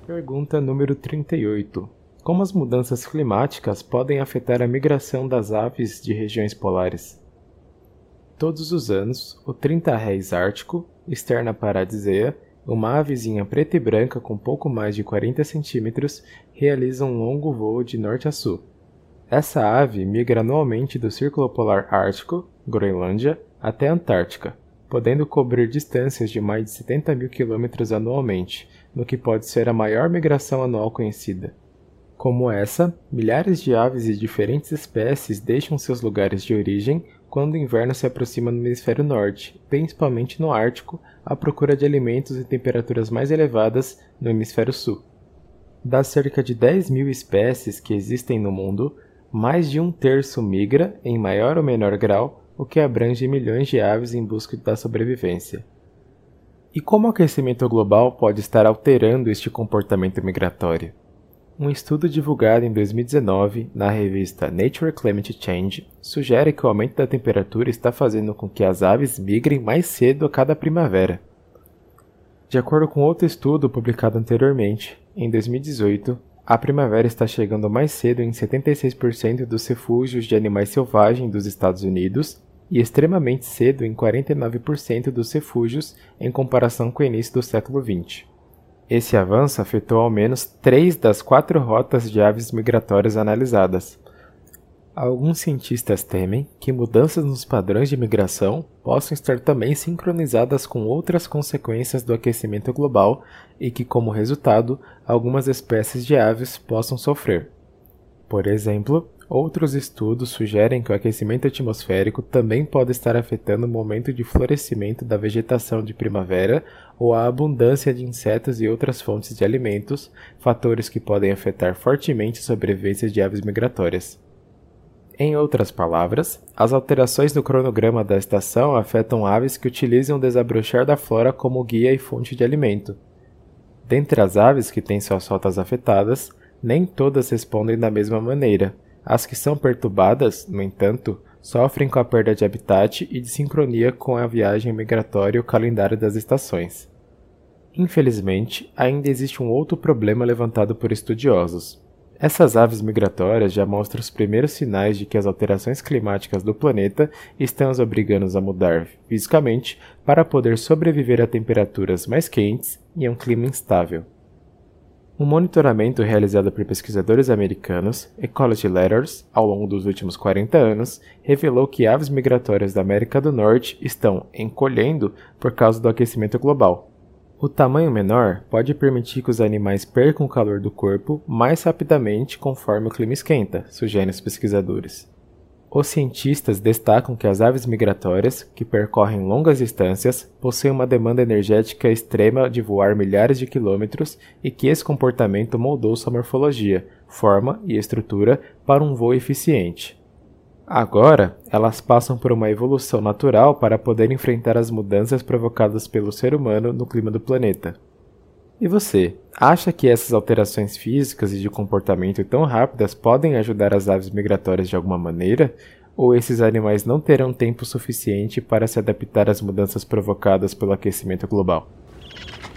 Pergunta número 38. Como as mudanças climáticas podem afetar a migração das aves de regiões polares? Todos os anos, o 30-réis ártico, Sterna paradisea, uma avezinha preta e branca com pouco mais de 40 centímetros, realiza um longo voo de norte a sul. Essa ave migra anualmente do Círculo Polar Ártico, Groenlândia, até a Antártica, podendo cobrir distâncias de mais de 70 mil quilômetros anualmente, no que pode ser a maior migração anual conhecida. Como essa, milhares de aves de diferentes espécies deixam seus lugares de origem quando o inverno se aproxima no hemisfério norte, principalmente no Ártico, à procura de alimentos e temperaturas mais elevadas no hemisfério sul. Das cerca de 10 mil espécies que existem no mundo, mais de um terço migra, em maior ou menor grau, o que abrange milhões de aves em busca da sobrevivência. E como o aquecimento global pode estar alterando este comportamento migratório? Um estudo divulgado em 2019 na revista Nature Climate Change sugere que o aumento da temperatura está fazendo com que as aves migrem mais cedo a cada primavera. De acordo com outro estudo publicado anteriormente, em 2018, a primavera está chegando mais cedo em 76% dos refúgios de animais selvagens dos Estados Unidos e extremamente cedo em 49% dos refúgios em comparação com o início do século XX. Esse avanço afetou ao menos 3 das 4 rotas de aves migratórias analisadas. Alguns cientistas temem que mudanças nos padrões de migração possam estar também sincronizadas com outras consequências do aquecimento global e que, como resultado, algumas espécies de aves possam sofrer. Por exemplo, outros estudos sugerem que o aquecimento atmosférico também pode estar afetando o momento de florescimento da vegetação de primavera ou a abundância de insetos e outras fontes de alimentos, fatores que podem afetar fortemente a sobrevivência de aves migratórias. Em outras palavras, as alterações no cronograma da estação afetam aves que utilizam o desabrochar da flora como guia e fonte de alimento. Dentre as aves que têm suas rotas afetadas, nem todas respondem da mesma maneira. As que são perturbadas, no entanto, sofrem com a perda de habitat e de sincronia com a viagem migratória e o calendário das estações. Infelizmente, ainda existe um outro problema levantado por estudiosos. Essas aves migratórias já mostram os primeiros sinais de que as alterações climáticas do planeta estão as obrigando a mudar fisicamente para poder sobreviver a temperaturas mais quentes e a um clima instável. Um monitoramento realizado por pesquisadores americanos, Ecology Letters, ao longo dos últimos 40 anos, revelou que aves migratórias da América do Norte estão encolhendo por causa do aquecimento global. O tamanho menor pode permitir que os animais percam o calor do corpo mais rapidamente conforme o clima esquenta, sugerem os pesquisadores. Os cientistas destacam que as aves migratórias, que percorrem longas distâncias, possuem uma demanda energética extrema de voar milhares de quilômetros e que esse comportamento moldou sua morfologia, forma e estrutura para um voo eficiente. Agora, elas passam por uma evolução natural para poder enfrentar as mudanças provocadas pelo ser humano no clima do planeta. E você, acha que essas alterações físicas e de comportamento tão rápidas podem ajudar as aves migratórias de alguma maneira? Ou esses animais não terão tempo suficiente para se adaptar às mudanças provocadas pelo aquecimento global?